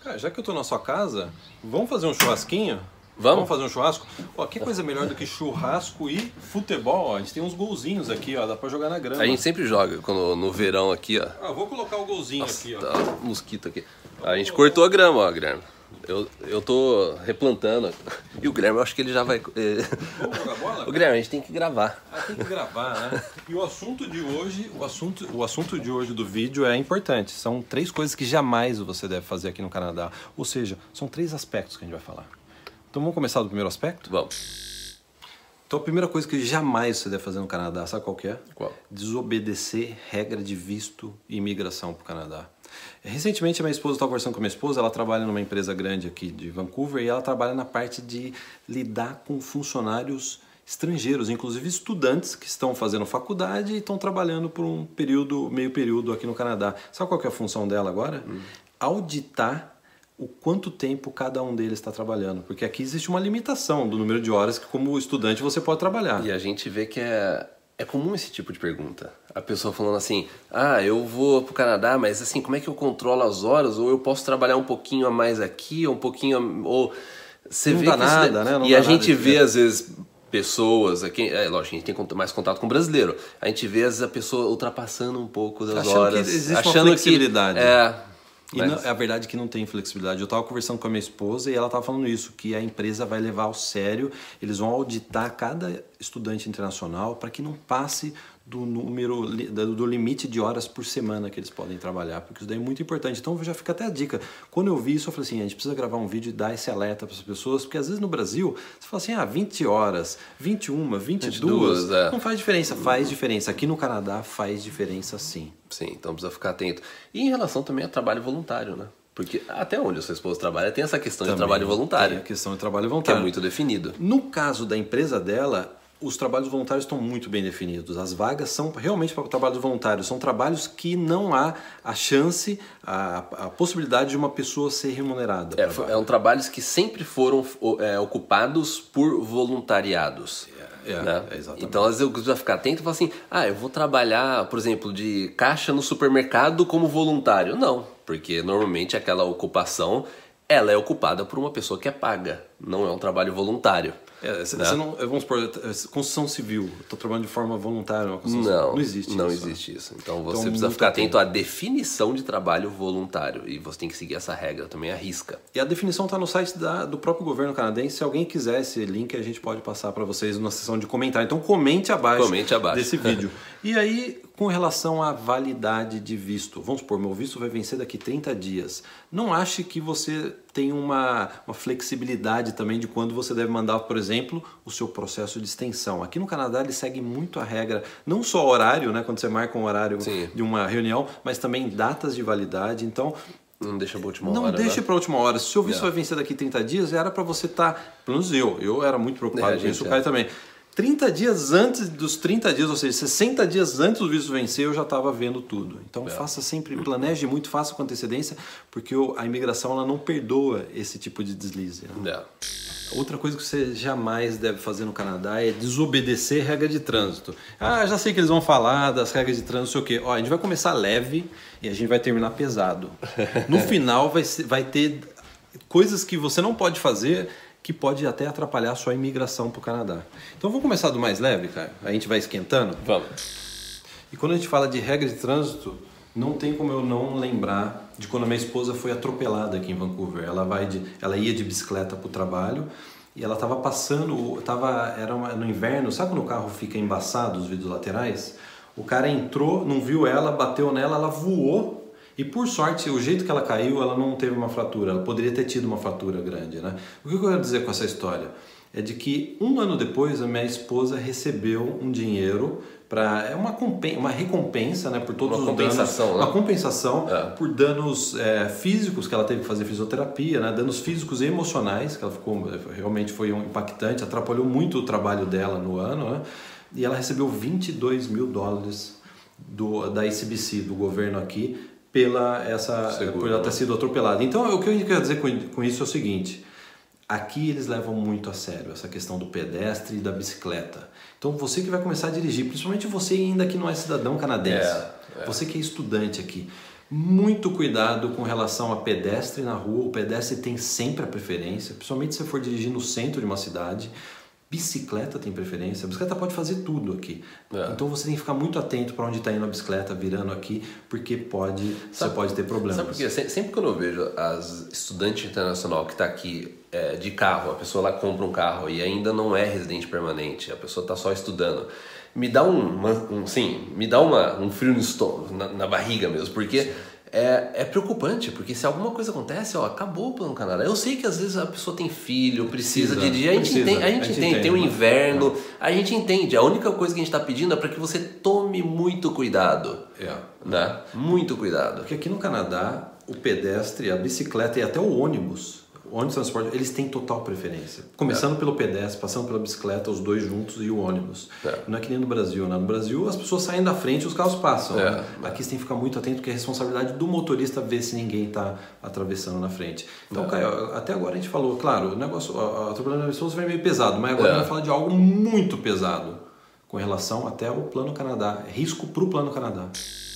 Cara, já que eu tô na sua casa, vamos fazer um churrasquinho? Vamos? Fazer um churrasco? Ó, que coisa melhor do que churrasco e futebol, ó. A gente tem uns golzinhos aqui, ó. Dá pra jogar na grama. A gente sempre joga no verão aqui, ó. Ah, vou colocar o golzinho aqui, ó. Tá um mosquito aqui. A gente cortou a grama, ó, Guilherme. Eu tô replantando. E o Guilherme, eu acho que ele já vai... Vamos jogar bola? O Guilherme, a gente tem que gravar. Ah, tem que gravar, né? E o assunto de hoje, o assunto de hoje do vídeo é importante. São 3 coisas que jamais você deve fazer aqui no Canadá. Ou seja, são 3 aspectos que a gente vai falar. Então vamos começar do primeiro aspecto? Vamos. Então a primeira coisa que jamais você deve fazer no Canadá, sabe qual que é? Qual? Desobedecer regra de visto e imigração para o Canadá. Recentemente a minha esposa, estava conversando com a minha esposa, ela trabalha numa empresa grande aqui de Vancouver e ela trabalha na parte de lidar com funcionários estrangeiros, inclusive estudantes que estão fazendo faculdade e estão trabalhando por um período, meio período aqui no Canadá. Sabe qual que é a função dela agora? Auditar o quanto tempo cada um deles está trabalhando, porque aqui existe uma limitação do número de horas que como estudante você pode trabalhar. E a gente vê que é comum esse tipo de pergunta. A pessoa falando assim, eu vou pro Canadá, mas assim, como é que eu controlo as horas? Ou eu posso trabalhar um pouquinho a mais aqui, ou um pouquinho... Ou... Você não vê dá que nada, né? Não e dá a gente nada vê, às vezes, pessoas aqui... lógico, a gente tem mais contato com brasileiro. A gente vê, às vezes, a pessoa ultrapassando um pouco das achando horas. Que existe uma flexibilidade. E Mas... não, a verdade é que não tem flexibilidade. Eu estava conversando com a minha esposa e ela estava falando isso, que a empresa vai levar ao sério, eles vão auditar cada estudante internacional para que não passe do limite de horas por semana que eles podem trabalhar, porque isso daí é muito importante. Então já fica até a dica. Quando eu vi isso, eu falei assim, a gente precisa gravar um vídeo e dar esse alerta para as pessoas, porque às vezes no Brasil, você fala assim, 20 horas, 21, 22, não faz diferença. Faz diferença. Aqui no Canadá faz diferença sim. Sim, então precisa ficar atento. E em relação também a trabalho voluntário, né? Porque até onde a sua esposa trabalha tem essa questão de trabalho voluntário. Tem a questão de trabalho voluntário. Que é muito definido. No caso da empresa dela, os trabalhos voluntários estão muito bem definidos. As vagas são realmente para trabalhos voluntários. São trabalhos que não há a chance, a possibilidade de uma pessoa ser remunerada. São trabalhos que sempre foram ocupados por voluntariados. Né? Exatamente. Então, às vezes, eu preciso ficar atento e falar assim, eu vou trabalhar, por exemplo, de caixa no supermercado como voluntário. Não, porque normalmente aquela ocupação ela é ocupada por uma pessoa que é paga, não é um trabalho voluntário. Você não, vamos supor, construção civil, estou trabalhando de forma voluntária. Não existe isso. Não existe isso. Então você precisa ficar atento à definição de trabalho voluntário e você tem que seguir essa regra também à risca. E a definição está no site do próprio governo canadense. Se alguém quiser esse link, a gente pode passar para vocês na seção de comentário. Então comente abaixo desse vídeo. E aí, com relação à validade de visto, vamos supor, meu visto vai vencer daqui 30 dias. Não ache que você tem uma flexibilidade também de quando você deve mandar, por exemplo, o seu processo de extensão. Aqui no Canadá ele segue muito a regra, não só horário, né, quando você marca um horário de uma reunião, mas também datas de validade. Então, não deixa para última hora. Não deixe para a última hora. Se o seu visto vai vencer daqui 30 dias, era para você estar, pelo menos eu era muito preocupado com isso, o Caio também. 30 dias antes dos 30 dias, ou seja, 60 dias antes do visto vencer, eu já estava vendo tudo. Então faça sempre, planeje muito, faça com antecedência, porque a imigração ela não perdoa esse tipo de deslize. Né? Outra coisa que você jamais deve fazer no Canadá é desobedecer regra de trânsito. Já sei que eles vão falar das regras de trânsito, não sei o quê. A gente vai começar leve e a gente vai terminar pesado. No final vai ter coisas que você não pode fazer que pode até atrapalhar a sua imigração para o Canadá. Então vamos começar do mais leve, cara? A gente vai esquentando? Vamos. E quando a gente fala de regra de trânsito, não tem como eu não lembrar de quando a minha esposa foi atropelada aqui em Vancouver. Ela ia de bicicleta para o trabalho e ela estava passando, era no inverno, sabe quando o carro fica embaçado, os vidros laterais? O cara entrou, não viu ela, bateu nela, ela voou. E por sorte, o jeito que ela caiu, ela não teve uma fratura. Ela poderia ter tido uma fratura grande, né? O que eu quero dizer com essa história? É de que 1 ano depois, a minha esposa recebeu um dinheiro para uma recompensa, né, por todos os danos. Uma compensação por danos físicos, que ela teve que fazer fisioterapia, né, danos físicos e emocionais, que ela realmente foi impactante, atrapalhou muito o trabalho dela no ano, né? E ela recebeu $22 mil da ICBC, do governo aqui, por ela ter sido atropelada. Então, o que eu quero dizer com isso é o seguinte: aqui eles levam muito a sério essa questão do pedestre e da bicicleta. Então, você que vai começar a dirigir, principalmente você ainda que não é cidadão canadense, você que é estudante aqui, Muito cuidado com relação a pedestre na rua. O pedestre tem sempre a preferência, principalmente se você for dirigir no centro de uma cidade. Bicicleta tem preferência. A bicicleta pode fazer tudo aqui. Então você tem que ficar muito atento para onde está indo a bicicleta, virando aqui, porque você pode ter problemas. Sabe por quê? Sempre quando eu vejo as estudantes internacional que está aqui de carro, a pessoa lá compra um carro e ainda não é residente permanente, a pessoa está só estudando, me dá um frio no estômago, na barriga mesmo, porque é preocupante, porque se alguma coisa acontece, acabou o Plano Canadá. Eu sei que às vezes a pessoa tem filho, precisa dirigir, a gente entende, tem o inverno, a gente entende. A única coisa que a gente está pedindo é para que você tome muito cuidado, né? Muito cuidado. Porque aqui no Canadá, o pedestre, a bicicleta e até o ônibus de transporte, eles têm total preferência. Começando pelo pedestre, passando pela bicicleta, os dois juntos e o ônibus. Não é que nem no Brasil, né? No Brasil as pessoas saem da frente e os carros passam. Aqui você tem que ficar muito atento, porque é responsabilidade do motorista ver se ninguém está atravessando na frente. Então, Caio, até agora a gente falou, claro, o negócio, atropelando as pessoas foi meio pesado, mas agora a gente vai falar de algo muito pesado com relação até ao Plano Canadá. Risco para o Plano Canadá.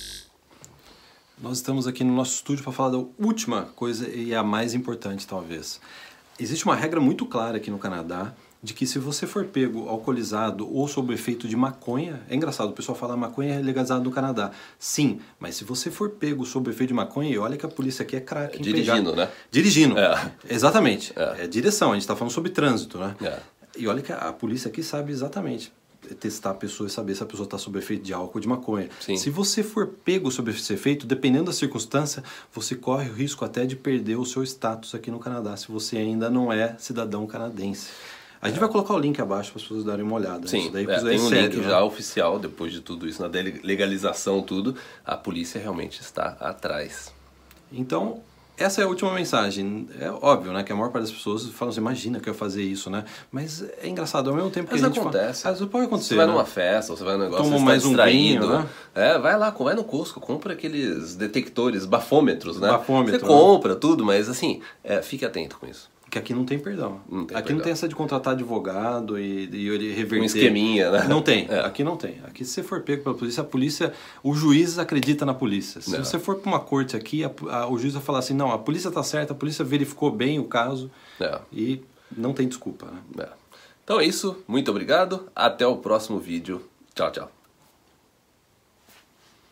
Nós estamos aqui no nosso estúdio para falar da última coisa e a mais importante, talvez. Existe uma regra muito clara aqui no Canadá de que se você for pego alcoolizado ou sob efeito de maconha... É engraçado, o pessoal fala que maconha é legalizado no Canadá. Sim, mas se você for pego sob efeito de maconha, e olha que a polícia aqui é craque em dirigindo, pegar. Né? Dirigindo, exatamente. É direção, a gente está falando sobre trânsito, né? E olha que a polícia aqui sabe exatamente testar a pessoa e saber se a pessoa está sob efeito de álcool ou de maconha. Sim. Se você for pego sob esse efeito, dependendo da circunstância, você corre o risco até de perder o seu status aqui no Canadá, se você ainda não é cidadão canadense. A gente vai colocar o link abaixo para as pessoas darem uma olhada. Sim, isso daí tem um sério, link já oficial, depois de tudo isso, na legalização, tudo, a polícia realmente está atrás. Então, essa é a última mensagem. É óbvio, né, que a maior parte das pessoas falam assim, imagina que eu ia fazer isso, né? Mas é engraçado, ao mesmo tempo que mas a gente acontece. fala... Pode acontecer, você vai né? numa festa, você vai num negócio, toma você mais está distraído, vinho, né? Vai lá, vai no Costco, compra aqueles detectores, bafômetros, né? Bafômetro, você compra tudo, mas assim, fique atento com isso. Porque aqui não tem perdão. Aqui perdão. Não tem essa de contratar advogado e ele reverter. Um esqueminha, né? Não tem. Aqui não tem. Aqui se você for pego pela polícia, o juiz acredita na polícia. Se você for para uma corte aqui, o juiz vai falar assim, não, a polícia está certa, a polícia verificou bem o caso e não tem desculpa. Né? Então é isso. Muito obrigado. Até o próximo vídeo. Tchau, tchau.